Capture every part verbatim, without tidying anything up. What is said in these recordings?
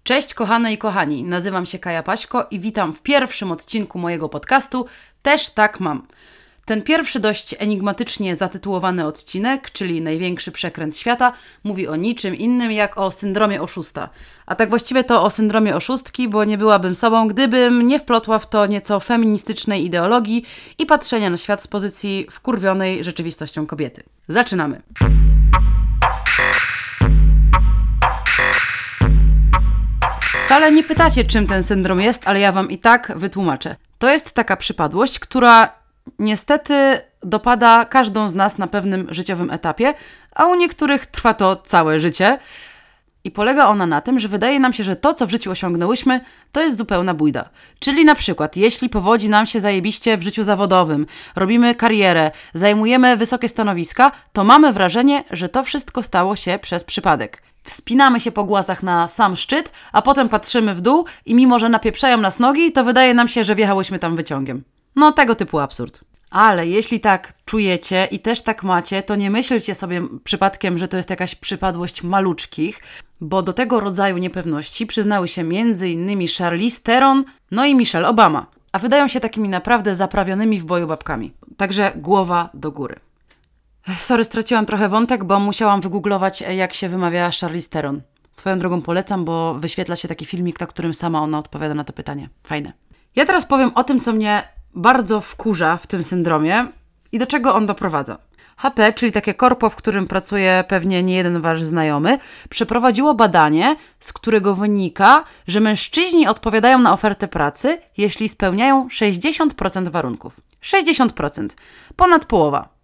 Cześć kochane i kochani, nazywam się Kaja Paśko i witam w pierwszym odcinku mojego podcastu Też tak mam. Ten pierwszy dość enigmatycznie zatytułowany odcinek, czyli największy przekręt świata, mówi o niczym innym jak o syndromie oszusta. A tak właściwie to o syndromie oszustki, bo nie byłabym sobą, gdybym nie wplotła w to nieco feministycznej ideologii i patrzenia na świat z pozycji wkurwionej rzeczywistością kobiety. Zaczynamy! Wcale nie pytacie, czym ten syndrom jest, ale ja Wam i tak wytłumaczę. To jest taka przypadłość, która niestety dopada każdą z nas na pewnym życiowym etapie, a u niektórych trwa to całe życie. I polega ona na tym, że wydaje nam się, że to, co w życiu osiągnęłyśmy, to jest zupełna bujda. Czyli na przykład, jeśli powodzi nam się zajebiście w życiu zawodowym, robimy karierę, zajmujemy wysokie stanowiska, to mamy wrażenie, że to wszystko stało się przez przypadek. Wspinamy się po głazach na sam szczyt, a potem patrzymy w dół i mimo, że napieprzają nas nogi, to wydaje nam się, że wjechałyśmy tam wyciągiem. No, tego typu absurd. Ale jeśli tak czujecie i też tak macie, to nie myślcie sobie przypadkiem, że to jest jakaś przypadłość maluczkich, bo do tego rodzaju niepewności przyznały się między innymi Charlize Theron, no i Michelle Obama. A wydają się takimi naprawdę zaprawionymi w boju babkami. Także głowa do góry. Sorry, straciłam trochę wątek, bo musiałam wygooglować, jak się wymawia Charlize Theron. Swoją drogą polecam, bo wyświetla się taki filmik, na którym sama ona odpowiada na to pytanie. Fajne. Ja teraz powiem o tym, co mnie bardzo wkurza w tym syndromie i do czego on doprowadza. H P, czyli takie korpo, w którym pracuje pewnie nie jeden wasz znajomy, przeprowadziło badanie, z którego wynika, że mężczyźni odpowiadają na ofertę pracy, jeśli spełniają sześćdziesiąt procent warunków. sześćdziesiąt procent. Ponad połowa.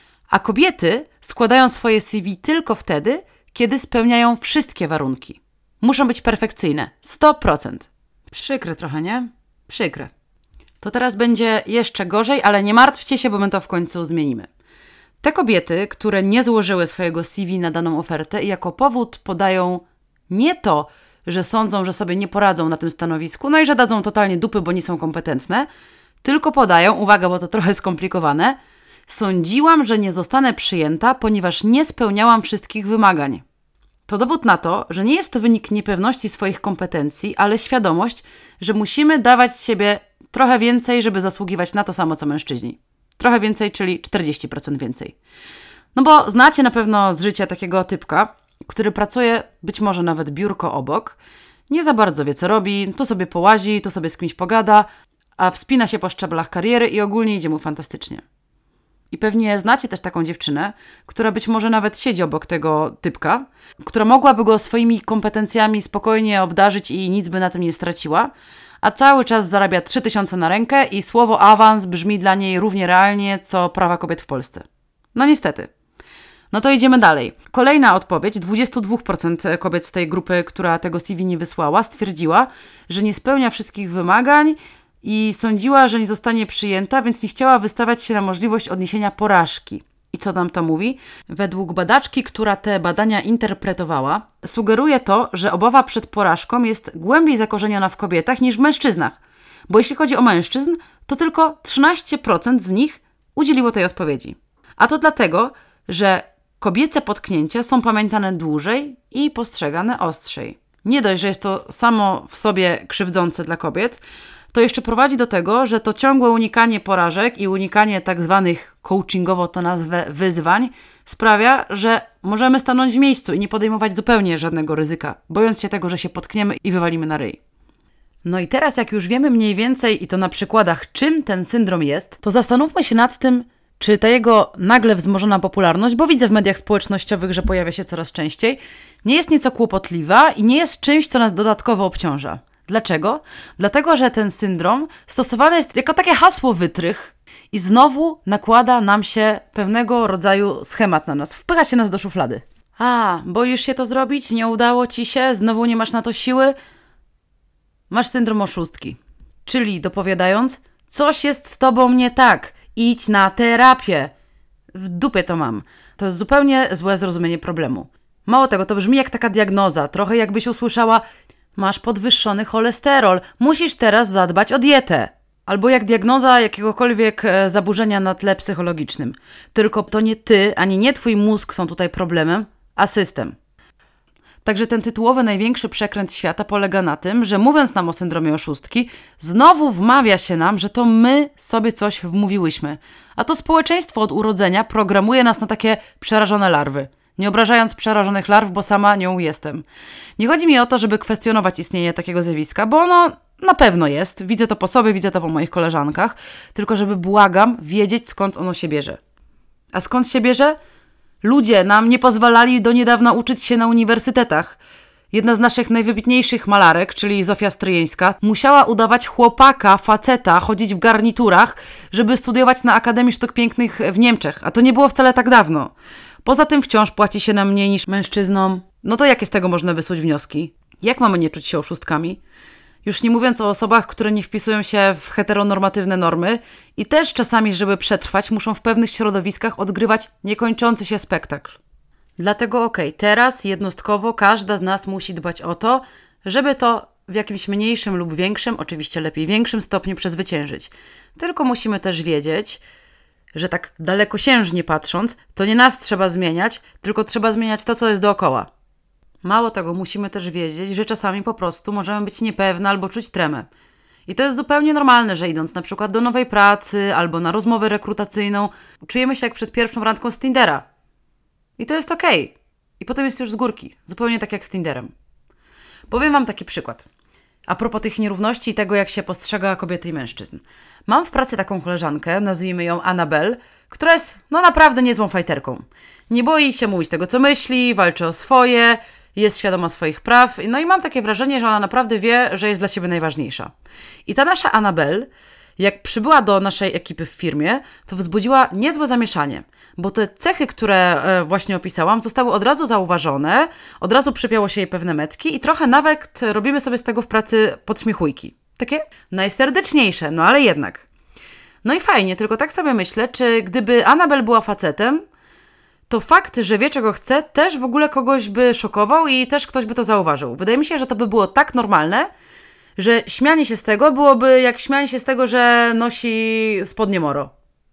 A kobiety składają swoje C V tylko wtedy, kiedy spełniają wszystkie warunki. Muszą być perfekcyjne. sto procent. Przykre trochę, nie? Przykre. To teraz będzie jeszcze gorzej, ale nie martwcie się, bo my to w końcu zmienimy. Te kobiety, które nie złożyły swojego C V na daną ofertę i jako powód podają nie to, że sądzą, że sobie nie poradzą na tym stanowisku, no i że dadzą totalnie dupy, bo nie są kompetentne, tylko podają, uwaga, bo to trochę skomplikowane, sądziłam, że nie zostanę przyjęta, ponieważ nie spełniałam wszystkich wymagań. To dowód na to, że nie jest to wynik niepewności swoich kompetencji, ale świadomość, że musimy dawać z siebie trochę więcej, żeby zasługiwać na to samo, co mężczyźni. Trochę więcej, czyli czterdzieści procent więcej. No bo znacie na pewno z życia takiego typka, który pracuje być może nawet biurko obok, nie za bardzo wie, co robi, tu sobie połazi, tu sobie z kimś pogada, a wspina się po szczeblach kariery i ogólnie idzie mu fantastycznie. I pewnie znacie też taką dziewczynę, która być może nawet siedzi obok tego typka, która mogłaby go swoimi kompetencjami spokojnie obdarzyć i nic by na tym nie straciła, a cały czas zarabia trzy tysiące na rękę i słowo awans brzmi dla niej równie realnie, co prawa kobiet w Polsce. No niestety. No to idziemy dalej. Kolejna odpowiedź, dwadzieścia dwa procent kobiet z tej grupy, która tego C V nie wysłała, stwierdziła, że nie spełnia wszystkich wymagań i sądziła, że nie zostanie przyjęta, więc nie chciała wystawiać się na możliwość odniesienia porażki. I co nam to mówi? Według badaczki, która te badania interpretowała, sugeruje to, że obawa przed porażką jest głębiej zakorzeniona w kobietach niż w mężczyznach. Bo jeśli chodzi o mężczyzn, to tylko trzynaście procent z nich udzieliło tej odpowiedzi. A to dlatego, że kobiece potknięcia są pamiętane dłużej i postrzegane ostrzej. Nie dość, że jest to samo w sobie krzywdzące dla kobiet, to jeszcze prowadzi do tego, że to ciągłe unikanie porażek i unikanie tak zwanych, coachingowo to nazwę, wyzwań sprawia, że możemy stanąć w miejscu i nie podejmować zupełnie żadnego ryzyka, bojąc się tego, że się potkniemy i wywalimy na ryj. No i teraz, jak już wiemy mniej więcej i to na przykładach, czym ten syndrom jest, to zastanówmy się nad tym, czy ta jego nagle wzmożona popularność, bo widzę w mediach społecznościowych, że pojawia się coraz częściej, nie jest nieco kłopotliwa i nie jest czymś, co nas dodatkowo obciąża. Dlaczego? Dlatego, że ten syndrom stosowany jest jako takie hasło wytrych i znowu nakłada nam się pewnego rodzaju schemat na nas. Wpycha się nas do szuflady. A, boisz się to zrobić? Nie udało ci się? Znowu nie masz na to siły? Masz syndrom oszustki. Czyli dopowiadając, coś jest z tobą nie tak. Idź na terapię. W dupie to mam. To jest zupełnie złe zrozumienie problemu. Mało tego, to brzmi jak taka diagnoza. Trochę jakbyś usłyszała: masz podwyższony cholesterol, musisz teraz zadbać o dietę. Albo jak diagnoza jakiegokolwiek zaburzenia na tle psychologicznym. Tylko to nie ty, ani nie twój mózg są tutaj problemem, a system. Także ten tytułowy największy przekręt świata polega na tym, że mówiąc nam o syndromie oszustki, znowu wmawia się nam, że to my sobie coś wmówiłyśmy. A to społeczeństwo od urodzenia programuje nas na takie przerażone larwy. Nie obrażając przerażonych larw, bo sama nią jestem. Nie chodzi mi o to, żeby kwestionować istnienie takiego zjawiska, bo ono na pewno jest. Widzę to po sobie, widzę to po moich koleżankach. Tylko żeby, błagam, wiedzieć, skąd ono się bierze. A skąd się bierze? Ludzie nam nie pozwalali do niedawna uczyć się na uniwersytetach. Jedna z naszych najwybitniejszych malarek, czyli Zofia Stryjeńska, musiała udawać chłopaka, faceta, chodzić w garniturach, żeby studiować na Akademii Sztuk Pięknych w Niemczech. A to nie było wcale tak dawno. Poza tym wciąż płaci się nam mniej niż mężczyznom. No to jakie z tego można wysnuć wnioski? Jak mamy nie czuć się oszustkami? Już nie mówiąc o osobach, które nie wpisują się w heteronormatywne normy i też czasami, żeby przetrwać, muszą w pewnych środowiskach odgrywać niekończący się spektakl. Dlatego okej, okay, teraz jednostkowo każda z nas musi dbać o to, żeby to w jakimś mniejszym lub większym, oczywiście lepiej większym stopniu przezwyciężyć. Tylko musimy też wiedzieć, że tak dalekosiężnie patrząc, to nie nas trzeba zmieniać, tylko trzeba zmieniać to, co jest dookoła. Mało tego, musimy też wiedzieć, że czasami po prostu możemy być niepewne albo czuć tremę. I to jest zupełnie normalne, że idąc na przykład do nowej pracy albo na rozmowę rekrutacyjną, czujemy się jak przed pierwszą randką z Tindera. I to jest okej. I potem jest już z górki, zupełnie tak jak z Tinderem. Powiem Wam taki przykład. A propos tych nierówności i tego, jak się postrzega kobiety i mężczyzn. Mam w pracy taką koleżankę, nazwijmy ją Anabel, która jest no naprawdę niezłą fajterką. Nie boi się mówić tego, co myśli, walczy o swoje, jest świadoma swoich praw. No i mam takie wrażenie, że ona naprawdę wie, że jest dla siebie najważniejsza. I ta nasza Anabel, jak przybyła do naszej ekipy w firmie, to wzbudziła niezłe zamieszanie, bo te cechy, które właśnie opisałam, zostały od razu zauważone, od razu przypiało się jej pewne metki i trochę nawet robimy sobie z tego w pracy podśmiechujki. Takie najserdeczniejsze, no ale jednak. No i fajnie, tylko tak sobie myślę, czy gdyby Anabel była facetem, to fakt, że wie, czego chce, też w ogóle kogoś by szokował i też ktoś by to zauważył. Wydaje mi się, że to by było tak normalne, że śmianie się z tego byłoby jak śmianie się z tego, że nosi spodnie moro.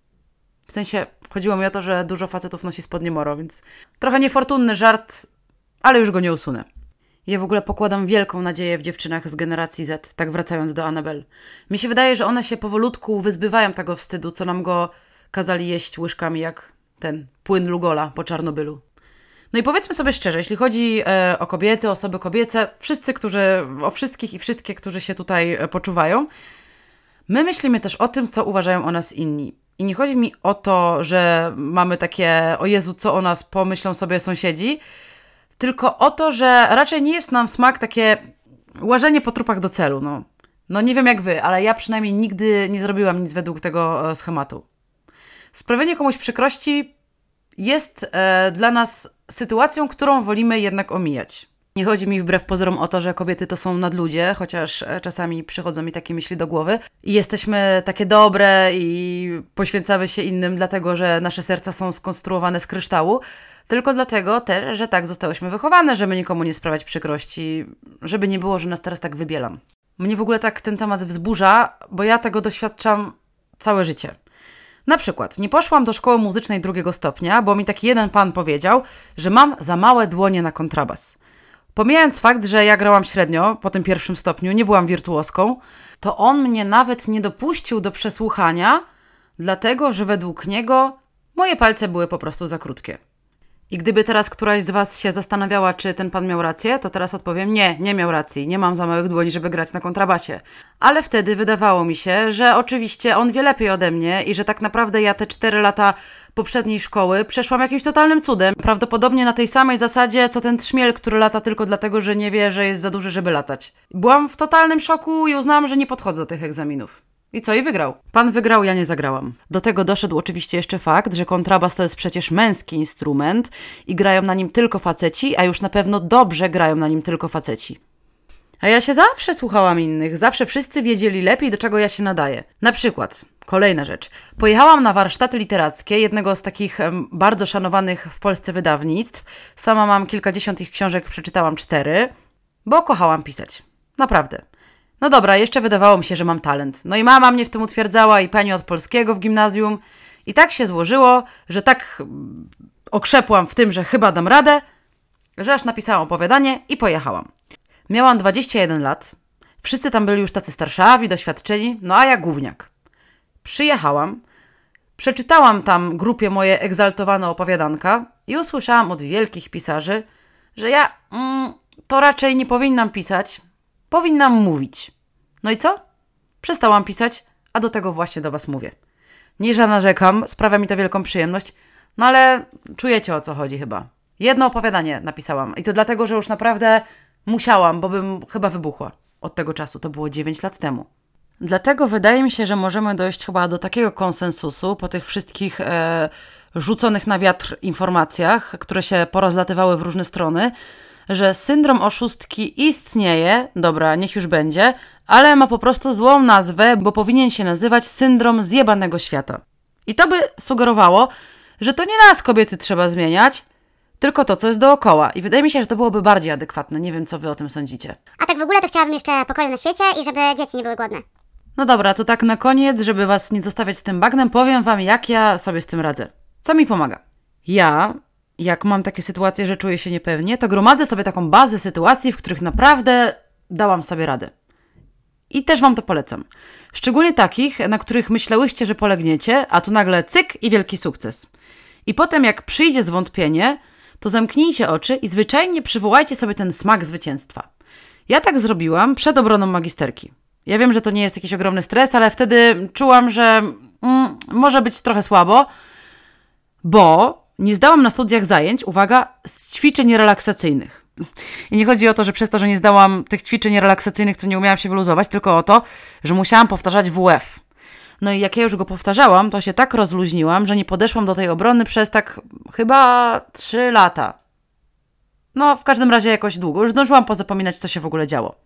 W sensie chodziło mi o to, że dużo facetów nosi spodnie moro, więc trochę niefortunny żart, ale już go nie usunę. Ja w ogóle pokładam wielką nadzieję w dziewczynach z generacji Z, tak wracając do Anabel. Mi się wydaje, że one się powolutku wyzbywają tego wstydu, co nam go kazali jeść łyżkami jak ten płyn Lugola po Czarnobylu. No i powiedzmy sobie szczerze, jeśli chodzi e, o kobiety, osoby kobiece, wszyscy, którzy, o wszystkich i wszystkie, którzy się tutaj e, poczuwają, my myślimy też o tym, co uważają o nas inni. I nie chodzi mi o to, że mamy takie, o Jezu, co o nas pomyślą sobie sąsiedzi, tylko o to, że raczej nie jest nam w smak takie łażenie po trupach do celu. No, no nie wiem jak wy, ale ja przynajmniej nigdy nie zrobiłam nic według tego e, schematu. Sprawienie komuś przykrości jest e, dla nas sytuacją, którą wolimy jednak omijać. Nie chodzi mi wbrew pozorom o to, że kobiety to są nadludzie, chociaż e, czasami przychodzą mi takie myśli do głowy i jesteśmy takie dobre i poświęcamy się innym, dlatego że nasze serca są skonstruowane z kryształu, tylko dlatego też, że tak zostałyśmy wychowane, żeby nikomu nie sprawiać przykrości, żeby nie było, że nas teraz tak wybielam. Mnie w ogóle tak ten temat wzburza, bo ja tego doświadczam całe życie. Na przykład, nie poszłam do szkoły muzycznej drugiego stopnia, bo mi taki jeden pan powiedział, że mam za małe dłonie na kontrabas. Pomijając fakt, że ja grałam średnio po tym pierwszym stopniu, nie byłam wirtuoską, to on mnie nawet nie dopuścił do przesłuchania, dlatego że według niego moje palce były po prostu za krótkie. I gdyby teraz któraś z Was się zastanawiała, czy ten pan miał rację, to teraz odpowiem nie, nie miał racji, nie mam za małych dłoni, żeby grać na kontrabasie. Ale wtedy wydawało mi się, że oczywiście on wie lepiej ode mnie i że tak naprawdę ja te cztery lata poprzedniej szkoły przeszłam jakimś totalnym cudem. Prawdopodobnie na tej samej zasadzie, co ten trzmiel, który lata tylko dlatego, że nie wie, że jest za duży, żeby latać. Byłam w totalnym szoku i uznałam, że nie podchodzę do tych egzaminów. I co? I wygrał. Pan wygrał, ja nie zagrałam. Do tego doszedł oczywiście jeszcze fakt, że kontrabas to jest przecież męski instrument i grają na nim tylko faceci, a już na pewno dobrze grają na nim tylko faceci. A ja się zawsze słuchałam innych, zawsze wszyscy wiedzieli lepiej, do czego ja się nadaję. Na przykład, kolejna rzecz. Pojechałam na warsztaty literackie jednego z takich um, bardzo szanowanych w Polsce wydawnictw. Sama mam kilkadziesiąt ich książek, przeczytałam cztery, bo kochałam pisać. Naprawdę. No dobra, jeszcze wydawało mi się, że mam talent. No i mama mnie w tym utwierdzała i pani od polskiego w gimnazjum. I tak się złożyło, że tak okrzepłam w tym, że chyba dam radę, że aż napisałam opowiadanie i pojechałam. Miałam dwadzieścia jeden lat, wszyscy tam byli już tacy starszawi, doświadczeni, no a ja gówniak. Przyjechałam, przeczytałam tam grupie moje egzaltowane opowiadanka i usłyszałam od wielkich pisarzy, że ja mm, to raczej nie powinnam pisać, powinnam mówić. No i co? Przestałam pisać, a do tego właśnie do Was mówię. Nie, że narzekam, sprawia mi to wielką przyjemność, no ale czujecie, o co chodzi chyba. Jedno opowiadanie napisałam i to dlatego, że już naprawdę musiałam, bo bym chyba wybuchła od tego czasu. To było dziewięć lat temu. Dlatego wydaje mi się, że możemy dojść chyba do takiego konsensusu po tych wszystkich e, rzuconych na wiatr informacjach, które się porozlatywały w różne strony, że syndrom oszustki istnieje, dobra, niech już będzie, ale ma po prostu złą nazwę, bo powinien się nazywać syndrom zjebanego świata. I to by sugerowało, że to nie nas, kobiety, trzeba zmieniać, tylko to, co jest dookoła. I wydaje mi się, że to byłoby bardziej adekwatne. Nie wiem, co wy o tym sądzicie. A tak w ogóle to chciałabym jeszcze pokoju na świecie i żeby dzieci nie były głodne. No dobra, to tak na koniec, żeby was nie zostawiać z tym bagnem, powiem wam, jak ja sobie z tym radzę. Co mi pomaga? Ja, jak mam takie sytuacje, że czuję się niepewnie, to gromadzę sobie taką bazę sytuacji, w których naprawdę dałam sobie radę. I też wam to polecam. Szczególnie takich, na których myślałyście, że polegniecie, a tu nagle cyk i wielki sukces. I potem jak przyjdzie zwątpienie, to zamknijcie oczy i zwyczajnie przywołajcie sobie ten smak zwycięstwa. Ja tak zrobiłam przed obroną magisterki. Ja wiem, że to nie jest jakiś ogromny stres, ale wtedy czułam, że mm, może być trochę słabo, bo nie zdałam na studiach zajęć, uwaga, z ćwiczeń relaksacyjnych. I nie chodzi o to, że przez to, że nie zdałam tych ćwiczeń relaksacyjnych, to nie umiałam się wyluzować, tylko o to, że musiałam powtarzać W F. No i jak ja już go powtarzałam, to się tak rozluźniłam, że nie podeszłam do tej obrony przez tak chyba trzy lata. No, w każdym razie jakoś długo. Już zdążyłam pozapominać, co się w ogóle działo.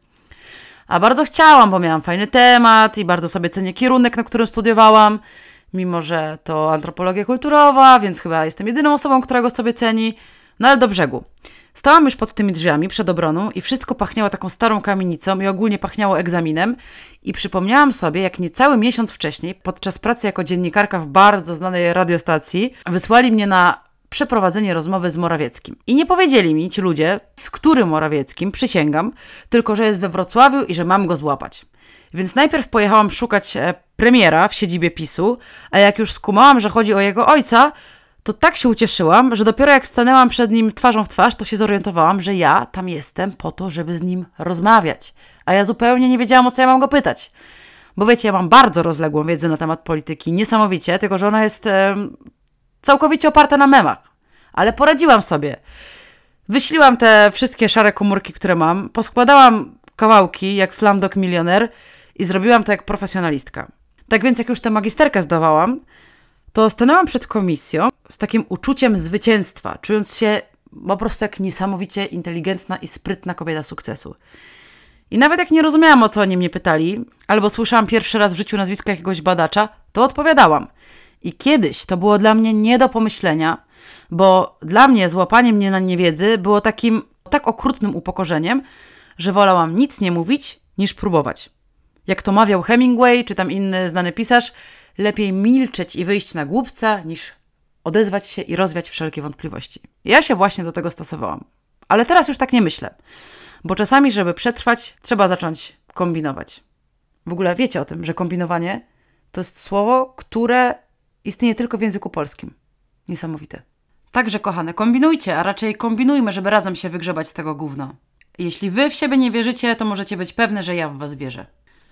A bardzo chciałam, bo miałam fajny temat i bardzo sobie cenię kierunek, na którym studiowałam. Mimo że to antropologia kulturowa, więc chyba jestem jedyną osobą, która go sobie ceni. No ale do brzegu. Stałam już pod tymi drzwiami, przed obroną i wszystko pachniało taką starą kamienicą i ogólnie pachniało egzaminem. I przypomniałam sobie, jak niecały miesiąc wcześniej, podczas pracy jako dziennikarka w bardzo znanej radiostacji, wysłali mnie na przeprowadzenie rozmowy z Morawieckim. I nie powiedzieli mi ci ludzie, z którym Morawieckim, przysięgam, tylko że jest we Wrocławiu i że mam go złapać. Więc najpierw pojechałam szukać premiera w siedzibie PiSu, a jak już skumałam, że chodzi o jego ojca, to tak się ucieszyłam, że dopiero jak stanęłam przed nim twarzą w twarz, to się zorientowałam, że ja tam jestem po to, żeby z nim rozmawiać. A ja zupełnie nie wiedziałam, o co ja mam go pytać. Bo wiecie, ja mam bardzo rozległą wiedzę na temat polityki, niesamowicie, tylko że ona jest e, całkowicie oparta na memach. Ale poradziłam sobie. Wyśliłam te wszystkie szare komórki, które mam, poskładałam kawałki jak Slumdog Milioner i zrobiłam to jak profesjonalistka. Tak więc jak już tę magisterkę zdawałam, to stanęłam przed komisją z takim uczuciem zwycięstwa, czując się po prostu jak niesamowicie inteligentna i sprytna kobieta sukcesu. I nawet jak nie rozumiałam, o co oni mnie pytali, albo słyszałam pierwszy raz w życiu nazwisko jakiegoś badacza, to odpowiadałam. I kiedyś to było dla mnie nie do pomyślenia, bo dla mnie złapanie mnie na niewiedzy było takim tak okrutnym upokorzeniem, że wolałam nic nie mówić, niż próbować. Jak to mawiał Hemingway, czy tam inny znany pisarz, lepiej milczeć i wyjść na głupca, niż odezwać się i rozwiać wszelkie wątpliwości. Ja się właśnie do tego stosowałam. Ale teraz już tak nie myślę. Bo czasami, żeby przetrwać, trzeba zacząć kombinować. W ogóle wiecie o tym, że kombinowanie to jest słowo, które istnieje tylko w języku polskim. Niesamowite. Także kochane, kombinujcie, a raczej kombinujmy, żeby razem się wygrzebać z tego gówna. Jeśli wy w siebie nie wierzycie, to możecie być pewne, że ja w was wierzę.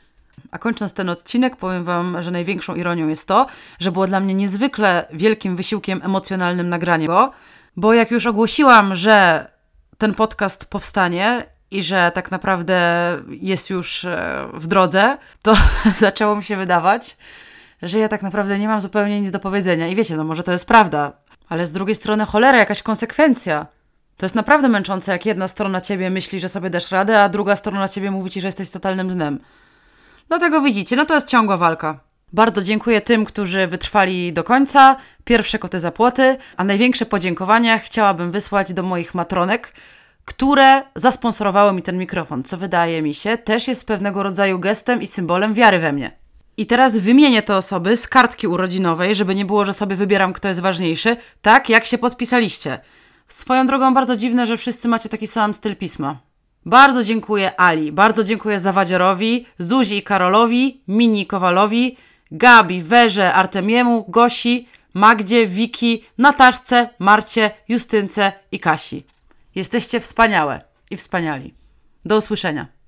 A kończąc ten odcinek, powiem wam, że największą ironią jest to, że było dla mnie niezwykle wielkim wysiłkiem emocjonalnym nagranie go, bo jak już ogłosiłam, że ten podcast powstanie i że tak naprawdę jest już w drodze, to zaczęło mi się wydawać, że ja tak naprawdę nie mam zupełnie nic do powiedzenia. I wiecie, no może to jest prawda, ale z drugiej strony cholera, jakaś konsekwencja. To jest naprawdę męczące, jak jedna strona ciebie myśli, że sobie dasz radę, a druga strona ciebie mówi ci, że jesteś totalnym dnem. Dlatego widzicie, no to jest ciągła walka. Bardzo dziękuję tym, którzy wytrwali do końca. Pierwsze koty za płoty, a największe podziękowania chciałabym wysłać do moich matronek, które zasponsorowały mi ten mikrofon, co wydaje mi się też jest pewnego rodzaju gestem i symbolem wiary we mnie. I teraz wymienię te osoby z kartki urodzinowej, żeby nie było, że sobie wybieram, kto jest ważniejszy, tak jak się podpisaliście. Swoją drogą bardzo dziwne, że wszyscy macie taki sam styl pisma. Bardzo dziękuję Ali, bardzo dziękuję Zawadzierowi, Zuzi i Karolowi, Mini Kowalowi, Gabi, Werze, Artemiemu, Gosi, Magdzie, Wiki, Nataszce, Marcie, Justynce i Kasi. Jesteście wspaniałe i wspaniali. Do usłyszenia.